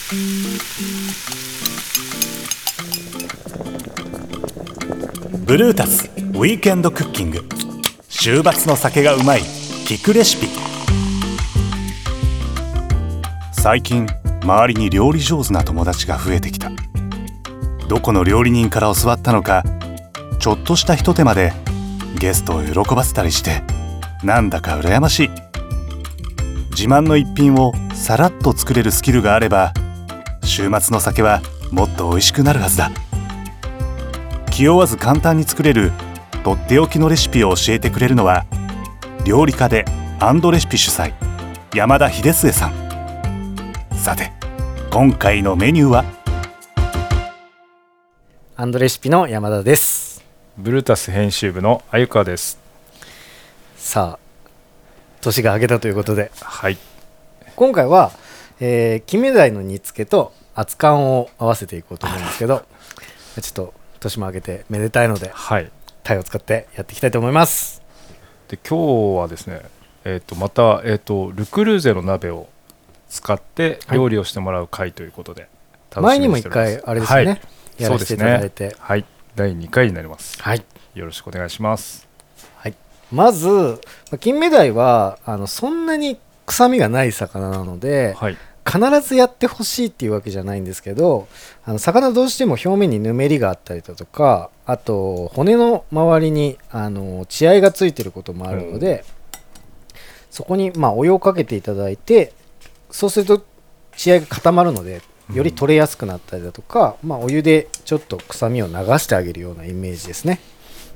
ブルータスウィークエンドクッキング、週末の酒がうまい聞くレシピ。最近周りに料理上手な友達が増えてきた。どこの料理人から教わったのか、ちょっとしたひと手間でゲストを喜ばせたりして、なんだか羨ましい。自慢の一品をさらっと作れるスキルがあれば、週末の酒はもっと美味しくなるはずだ。気負わず簡単に作れるとっておきのレシピを教えてくれるのは、料理家で&レシピ主催、山田秀末さん。さて今回のメニューは？ &レシピの山田です。 ブルータス編集部の鮎川です。 さあ年が明けたということで、 はい、 今回は、金目鯛の煮付けと熱燗を合わせていこうと思うんですけどちょっと年も明けてめでたいので、 はい、 鯛を使ってやっていきたいと思います。 で今日はですね、また、ルクルーゼの鍋を使って料理をしてもらう回ということで、 前にも1回あれですよね、はい、やらせていただいて、 ね、はい、第2回になります。 はい、 よろしくお願いします。 はい、まず金目鯛はそんなに臭みがない魚なので、はい、必ずやってほしいっていうわけじゃないんですけど、魚どうしても表面にぬめりがあったりだとか、あと骨の周りに血合いがついてることもあるので、そこにお湯をかけていただいて、そうすると血合いが固まるのでより取れやすくなったりだとか、お湯でちょっと臭みを流してあげるようなイメージですね。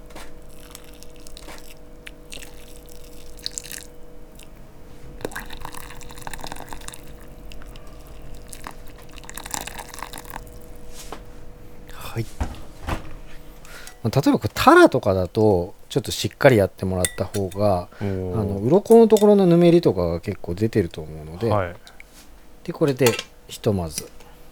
はい、例えばタラとかだとちょっとしっかりやってもらった方が、鱗のところのぬめりとかが結構出てると思うので、はい、でこれでひとまず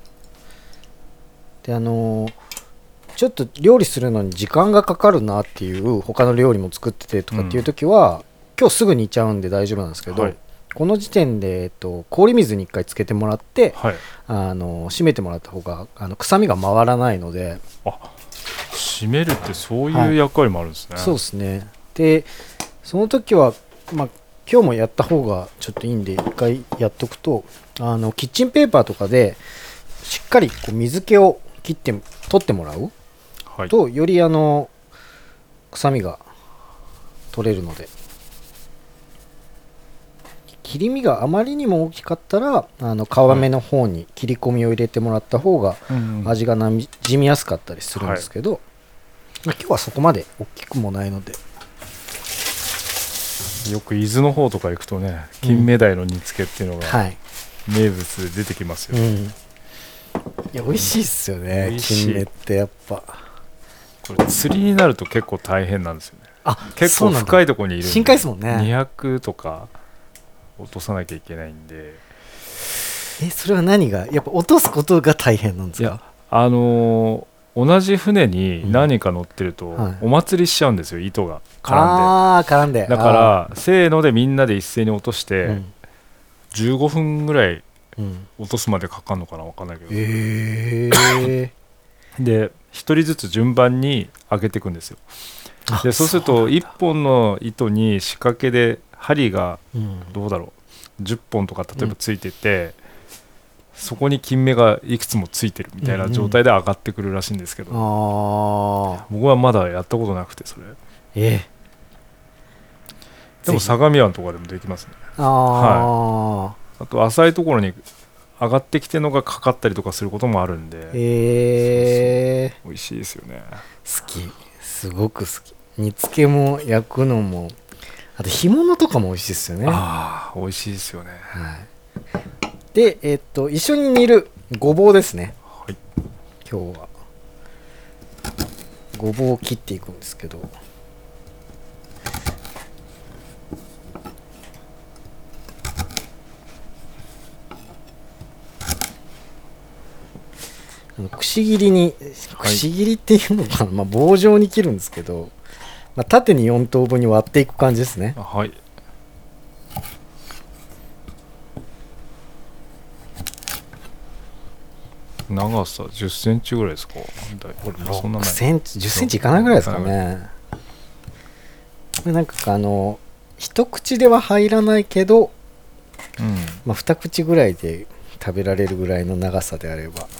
で、ちょっと料理するのに時間がかかるなっていう、他の料理も作っててとかっていう時は、今日すぐ煮ちゃうんで大丈夫なんですけど、はい、この時点で、氷水に1回つけてもらって、はい、締めてもらった方が臭みが回らないので。 締めるってそういう役割もあるんですね。 はい、そうですね。でその時は、今日もやった方がちょっといいんで1回やっとくと、キッチンペーパーとかでしっかり水気を取ってもらうと、はい、より臭みが取れるので、切り身があまりにも大きかったら皮目の方に切り込みを入れてもらった方が味がなじみやすかったりするんですけど、今日はそこまで大きくもないので。 よく伊豆の方とか行くとね、金目鯛の煮付けっていうのが名物で出てきますよね。 いや美味しいっすよね、金目ってやっぱ。 これ釣りになると結構大変なんですよね。結構深いところにいるんで、 深海ですもんね。 200とか落とさなきゃいけないんで。 それは何がやっぱ落とすことが大変なんですか？ いや、同じ船に何か乗ってるとお祭りしちゃうんですよ、糸が絡んで。だからせーのでみんなで一斉に落として、15分ぐらい落とすまでかかるのかな、分かんないけど、で1人ずつ順番に上げていくんですよ。でそうすると1本の糸に仕掛けで針がどうだろう、10本とか例えばついてて、そこに金目がいくつもついてるみたいな状態で上がってくるらしいんですけど、僕はまだやったことなくて、それでも相模湾とかでもできますね。あと浅いところに上がってきてるのがかかったりとかすることもあるんで、美味しいですよね。 好き、すごく好き。煮付けも焼くのも、あと干物とかも美味しいですよね。 美味しいですよね。 はい、で、一緒に煮るごぼうですね。 はい、 今日はごぼうを切っていくんですけど、くし切りに、くし切りっていうのかな、棒状に切るんですけど、縦に4等分に割っていく感じですね。 はい。 長さ10センチぐらいですか。そんなない。 6センチ10センチいかないぐらいですかね。なんか一口では入らないけど、まあ、二口ぐらいで食べられるぐらいの長さであれば。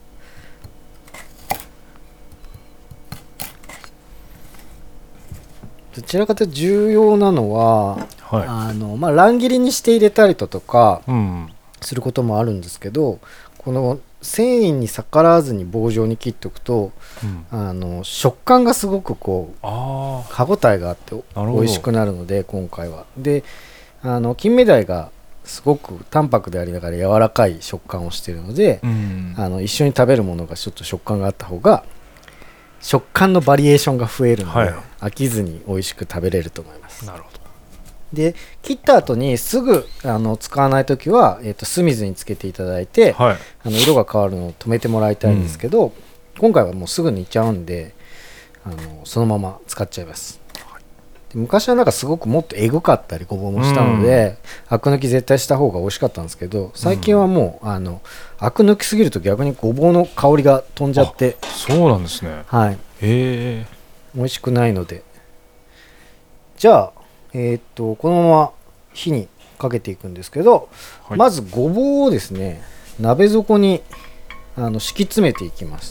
どちらかというと重要なのは、まあ、乱切りにして入れたりとかすることもあるんですけど、この繊維に逆らわずに棒状に切っておくと、食感がすごくこう歯ごたえがあって美味しくなるので、今回はで金目鯛がすごく淡白でありながら柔らかい食感をしているので、一緒に食べるものがちょっと食感があった方が食感のバリエーションが増えるので、飽きずに美味しく食べれると思います。 なるほど。 で切った後にすぐ使わないときは、酢水につけていただいて、色が変わるのを止めてもらいたいんですけど、今回はもうすぐ煮ちゃうんでそのまま使っちゃいます。で昔はなんかすごくもっとエグかったりごぼうもしたので、アク抜き絶対した方が美味しかったんですけど、最近はもうアク抜きすぎると逆にごぼうの香りが飛んじゃって、 そうなんですね。 はい、美味しくないので、じゃあこのまま火にかけていくんですけど、まずごぼうをですね鍋底に敷き詰めていきます。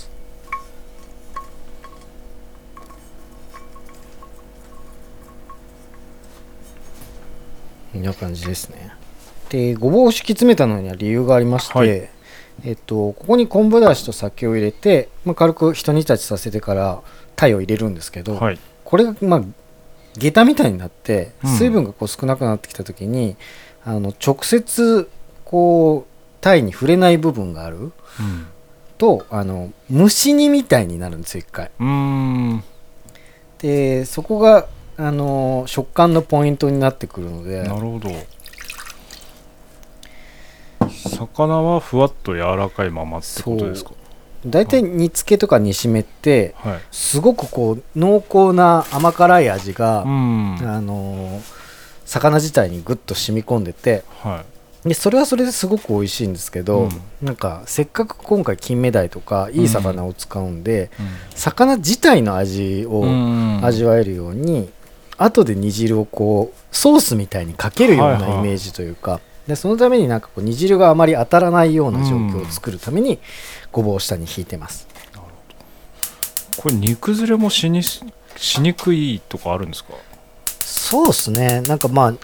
こんな感じですね。でごぼうを敷き詰めたのには理由がありまして、ここに昆布だしと酒を入れて、軽くひと煮立ちさせてから鯛を入れるんですけど、これが下駄みたいになって水分がこう少なくなってきた時に、直接こう鯛に触れない部分がある、と蒸し煮みたいになるんですよ一回。でそこが食感のポイントになってくるので。 なるほど。魚はふわっと柔らかいままってことですか。 だいたい煮つけとか煮しめって、すごくこう濃厚な甘辛い味が、魚自体にぐっと染み込んでて、でそれはそれですごく美味しいんですけど、なんかせっかく今回金目鯛とかいい魚を使うんで、魚自体の味を味わえるように、後で煮汁をこうソースみたいにかけるようなイメージというか、でそのためになんかこう煮汁があまり当たらないような状況を作るためにごぼうを下に引いてます。 なるほど。これ煮崩れもしにくいとかあるんですか。 そうですね。なんかも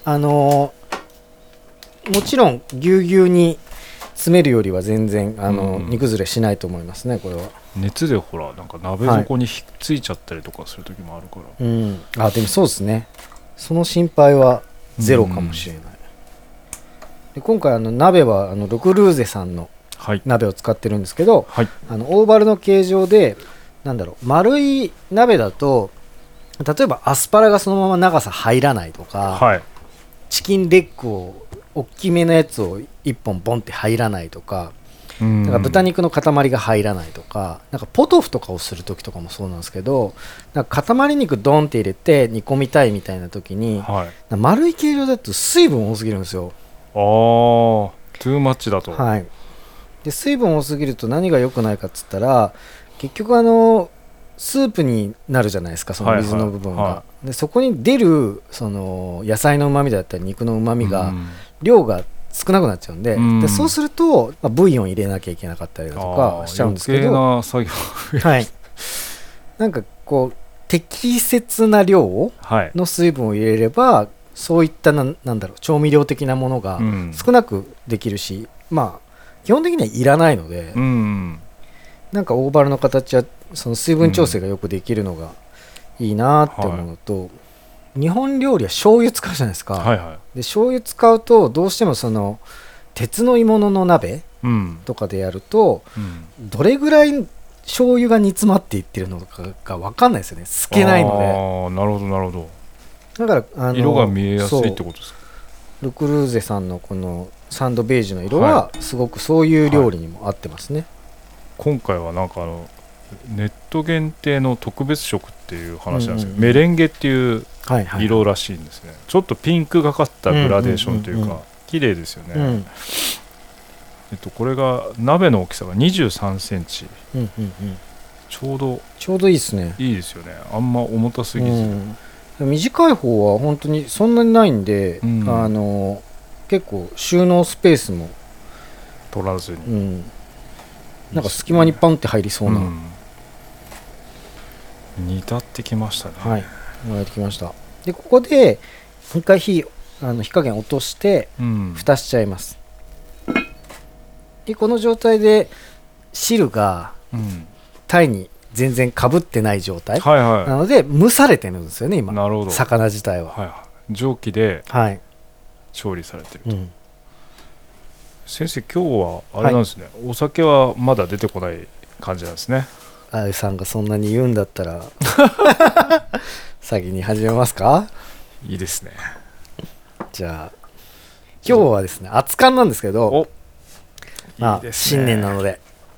ちろんぎゅうぎゅうに詰めるよりは全然煮崩れしないと思いますね。これは熱でほらなんか鍋底にひっついちゃったりとかする時もあるから、 でもそうですね。その心配はゼロかもしれない。で今回鍋はルクルーゼさんの鍋を使ってるんですけど、オーバルの形状で丸い鍋だと、例えばアスパラがそのまま長さ入らないとか、チキンレッグを大きめのやつを1本ボンって入らないとか、だから豚肉の塊が入らないとか、なんかポトフとかをする時とかもそうなんですけど、なんか塊肉ドンって入れて煮込みたいみたいな時に、丸い形状だと水分多すぎるんですよ。 トゥーマッチだと。 で水分多すぎると何が良くないかっつったら、結局スープになるじゃないですか、その水の部分が。でそこに出るその野菜の旨味だったり肉の旨味が、量が少なくなっちゃうんで、でそうすると、ブイヨン入れなきゃいけなかったりだとかしちゃうんですけど、 余計な作業なんかこう適切な量の水分を入れれば、そういった調味料的なものが少なくできるし、基本的にはいらないので、なんかオーバルの形はその水分調整がよくできるのがいいなって思うのと、日本料理は醤油使うじゃないですか。で醤油使うとどうしてもその鉄の鋳物の鍋とかでやると、どれぐらい醤油が煮詰まっていってるのかが分かんないですよね。透けないので。 なるほどなるほど。 だから色が見えやすいってことですか。 ルクルーゼさんのこのサンドベージュの色はすごくそういう料理にも合ってますね。 今回はなんかネット限定の特別色っていう話なんですけど、メレンゲっていう色らしいんですね。ちょっとピンクがかったグラデーションというか、綺麗ですよね。 これが鍋の大きさが23センチ、 うんうんうん、 ちょうどいいですね。 いいですよね。あんま重たすぎず、 短い方は本当にそんなにないんで、結構収納スペースも取らずに、 なんか隙間にパンって入りそうな、 煮立ってきましたね。 はい、煮立ってきました。でここで一回火加減落として、蓋しちゃいます。でこの状態で汁が鯛に全然かぶってない状態、なので蒸されてるんですよね今。 なるほど。 魚自体は、 蒸気で調理されてると、先生今日はあれなんですね、お酒はまだ出てこない感じなんですね。 あゆさんがそんなに言うんだったら先に始めますか。 いいですね。 じゃあ今日はですね熱燗なんですけど、 いいですね、 新年なので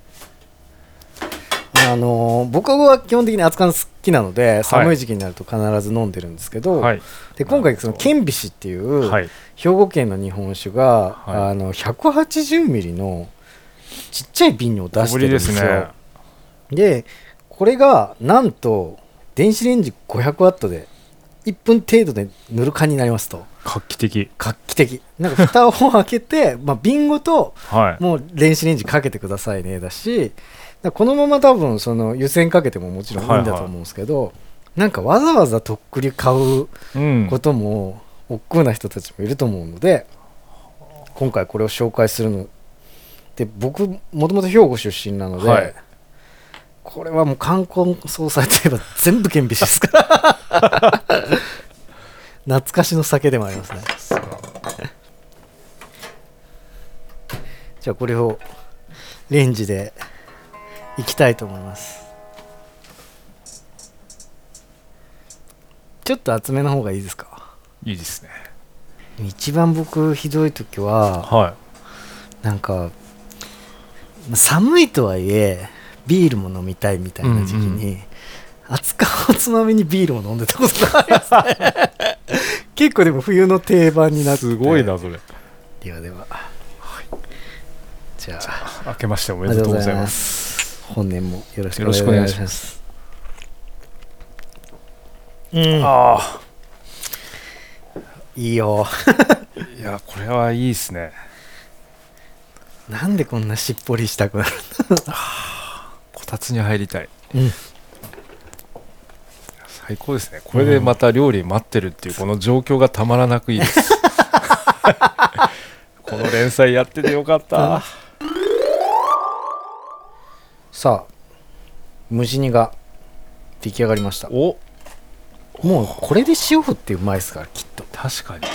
僕は基本的に熱燗好きなので、寒い時期になると必ず飲んでるんですけど、で今回その顕微子っていう、兵庫県の日本酒が、180ミリのちっちゃい瓶を出してるんですよ。でこれがなんと電子レンジ500ワットで1分程度でぬる燗になりますと。 画期的。 なんか蓋を開けて瓶ごともう電子レンジかけてくださいねだし、このまま多分その湯煎かけてももちろんいいんだと思うんですけど、なんかわざわざとっくり買うことも億劫な人たちもいると思うので、今回これを紹介するので、僕もともと兵庫出身なので、これはもう冠婚葬祭といえば全部顕微子ですから懐かしの酒でもありますね。じゃあこれをレンジでいきたいと思います。ちょっと厚めの方がいいですか。 いいですね。 一番僕ひどい時は、なんか寒いとはいえビールも飲みたいみたいな時期に、熱燗をつまみにビールを飲んでたことがありますね結構でも冬の定番になって。 すごいなそれ。 ではでは、じゃあ明けましておめでとうございます。 本年もよろしくお願いします。いいよいやこれはいいですね。 なんでこんなしっぽりしたくなるこたつに入りたい、最高ですね。これでまた料理待ってるっていうこの状況がたまらなくいいですこの連載やっててよかった、 さあ蒸し煮が出来上がりました。もうこれで塩振ってうまいですからきっと。 確かに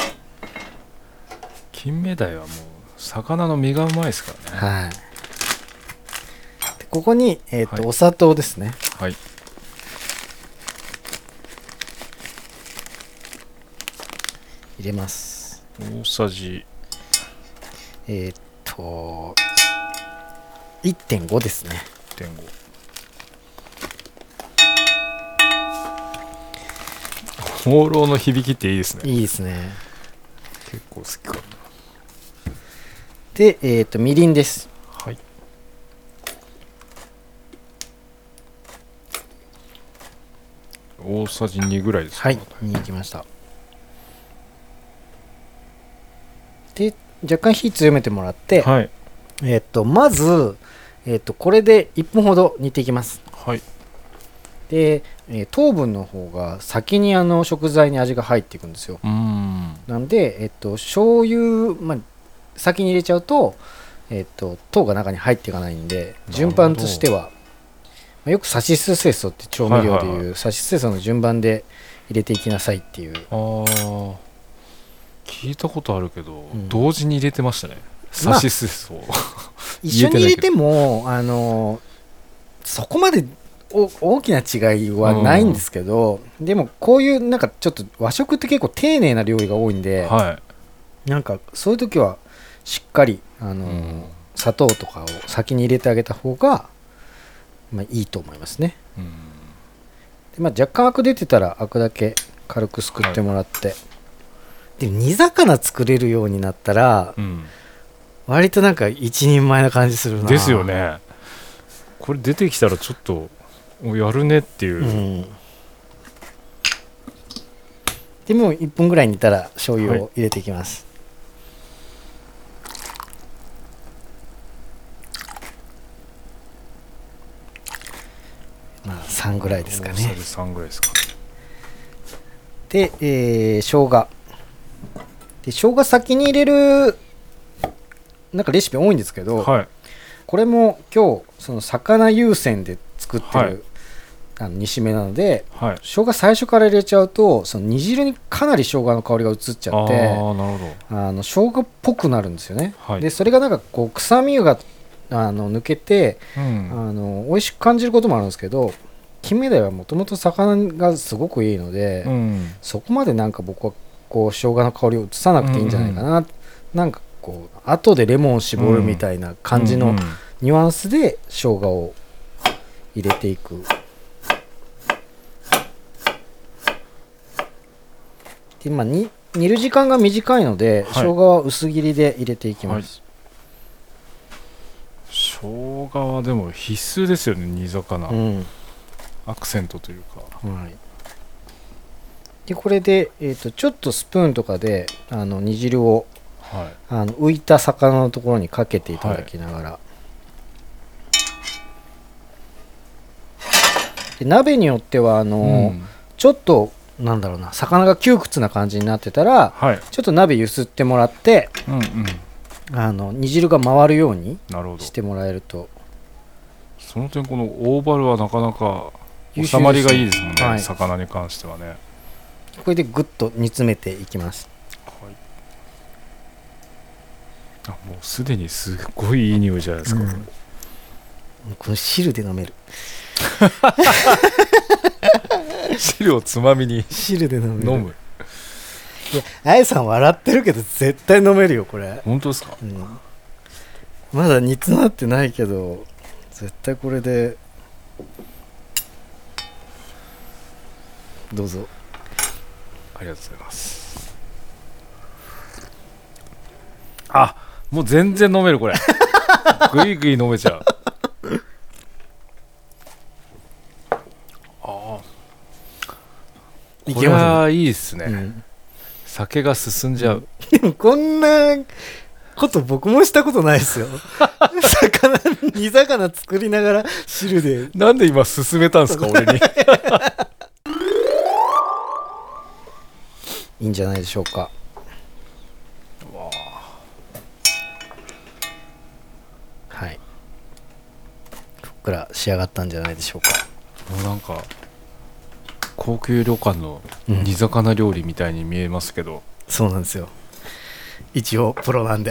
金目鯛はもう魚の身がうまいですからね。 でここに、お砂糖ですね。入れます。 大さじ 1.5 ですね。 1.5。放浪の響きっていいですね。 いいですね。 結構好きかな。 で、みりんです。 大さじ2ぐらいですか。 2いきました。で若干火強めてもらって、まず、これで1分ほど煮ていきます。で、糖分の方が先に食材に味が入っていくんですよ。なんで、醤油、先に入れちゃうと、糖が中に入っていかないんで、順番としては、よくさしすせそって調味料でいうさしすせその順番で入れていきなさいっていう。 聞いたことあるけど、同時に入れてましたね。さしすせそ一緒に入れてもそこまで大きな違いはないんですけど、でもこういうなんかちょっと和食って結構丁寧な料理が多いんで、なんかそういう時はしっかり砂糖とかを先に入れてあげた方がいいと思いますね。で若干アク出てたらアクだけ軽くすくってもらって、で煮魚作れるようになったら、 割となんか一人前な感じするな。 ですよね。これ出てきたらちょっとやるねっていう、 うん、でも1分ぐらい煮たら醤油を入れていきます、まあ3ぐらいですかね。 大さじ3ぐらいですか。 で、生姜で、生姜先に入れるなんかレシピ多いんですけど、 はい、 これも今日その魚優先で作ってる、 はい、 煮しめなので、 はい、 生姜最初から入れちゃうとその煮汁にかなり生姜の香りが移っちゃって、 なるほ生姜っぽくなるんですよね、 はい、 でそれがなんかこう臭みが抜けて、 うん、 美味しく感じることもあるんですけど、金目鯛はもともと魚がすごくいいので、 うん、 そこまでなんか僕はこう生姜の香りを移さなくていいんじゃないかな、なんかこう後でレモンを絞るみたいな感じのニュアンスで生姜を入れていく。で、煮る時間が短いので、生姜は薄切りで入れていきます、 生姜はでも必須ですよね、煮魚、アクセントというか、 でこれで、ちょっとスプーンとかで煮汁を、浮いた魚のところにかけていただきながら、で鍋によってはちょっとなんだろうな、魚が窮屈な感じになってたら、ちょっと鍋ゆすってもらって、煮汁が回るようにしてもらえると。 その点このオーバルはなかなか収まりがいいですもんね、魚に関してはね。 これでぐっと煮詰めていきます、 もうすでにすごいいい匂いじゃないですか、 この汁で飲める汁をつまみに汁で飲む。 いや、あやさん笑ってるけど絶対飲めるよこれ。 本当ですか、 まだ煮詰まってないけど絶対これで。どうぞ。 ありがとうございます。あ、もう全然飲めるこれぐいぐい飲めちゃう。これはいいっすね、酒が進んじゃう、 でもこんなこと僕もしたことないですよ煮魚作りながら汁で。 なんで今進めたんですか俺にいいんじゃないでしょうか。はい、ふっくら仕上がったんじゃないでしょうか。 もうなんか高級旅館の煮魚料理みたいに見えますけど、 そうなんですよ、一応プロなんで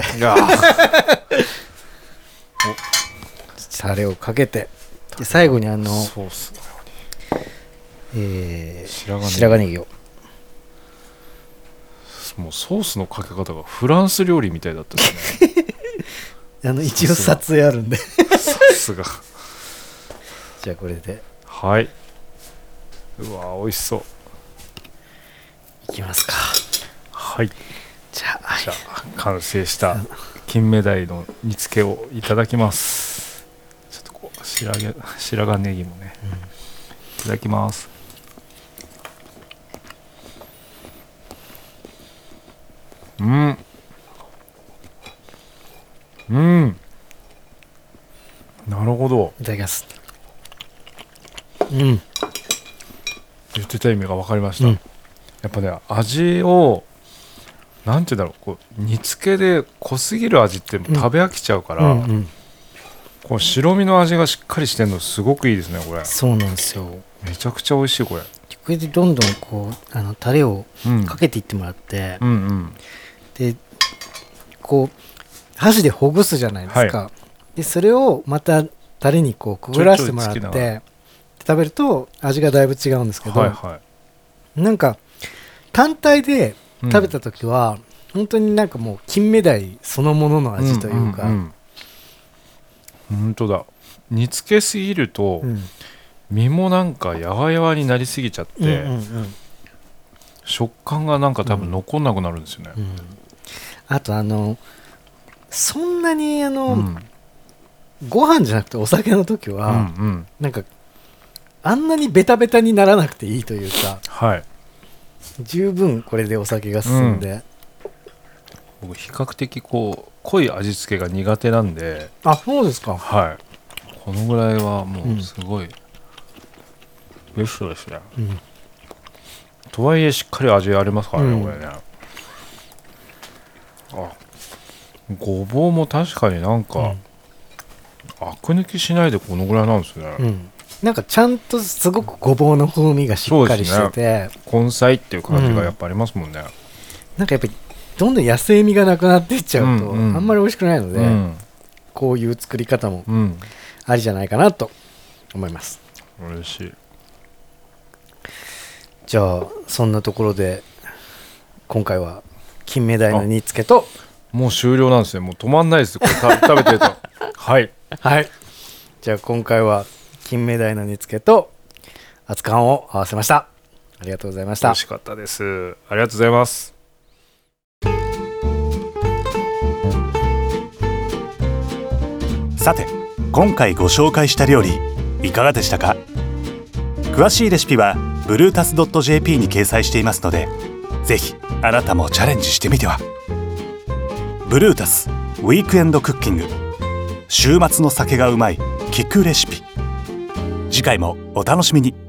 タレをかけて、で最後にソースのように、白髪ネギを。 もうソースのかけ方がフランス料理みたいだったですね一応撮影あるんでさすがじゃあこれで、 はい、うわ美味しそう。 いきますか。 はい、 じゃあ完成した金目鯛の煮付けをいただきます。ちょっとこう白髪ネギもね、いただきます。なるほど。 いただきます。 言ってた意味が分かりました、やっぱね味をなんていうんだろう、こう煮付けで濃すぎる味って食べ飽きちゃうから、この白身の味がしっかりしてるのすごくいいですねこれ。 そうなんですよ、 めちゃくちゃ美味しいこれ。 これでどんどんこうタレをかけていってもらって、でこう箸でほぐすじゃないですか、でそれをまたタレにこうくぐらしてもらって食べると味がだいぶ違うんですけど、なんか単体で食べた時は、本当になんかもう金目鯛そのものの味というか、 本当だ、煮つけすぎると、身もなんかやわやわになりすぎちゃって、食感がなんか多分残んなくなるんですよね、 あとそんなにご飯じゃなくてお酒の時は、なんかあんなにベタベタにならなくていいというか、 はい、 十分これでお酒が進んで、 僕比較的こう濃い味付けが苦手なんで。 あ、そうですか。 はい、このぐらいはもうすごいベストですね、とはいえしっかり味ありますからね、これね。あ、ごぼうも確かになんか、アク抜きしないでこのぐらいなんですね、 なんかちゃんとすごくごぼうの風味がしっかりしてて、 根菜っていう感じがやっぱありますもんね、 なんかやっぱりどんどん野生味がなくなっていっちゃうと、あんまり美味しくないので、こういう作り方もありじゃないかなと思います。 嬉しい。 じゃあそんなところで今回は金目鯛の煮付けと、 もう終了なんですね。もう止まんないですこれ食べてるとはいはい、じゃあ今回は金目鯛の煮付けと熱燗を合わせました。ありがとうございました。 美味しかったです。ありがとうございます。 さて今回ご紹介した料理いかがでしたか？詳しいレシピはブルータス .jp に掲載していますので、ぜひあなたもチャレンジしてみては。ブルータスウィークエンドクッキング、週末の酒がうまい聞くレシピ。次回もお楽しみに。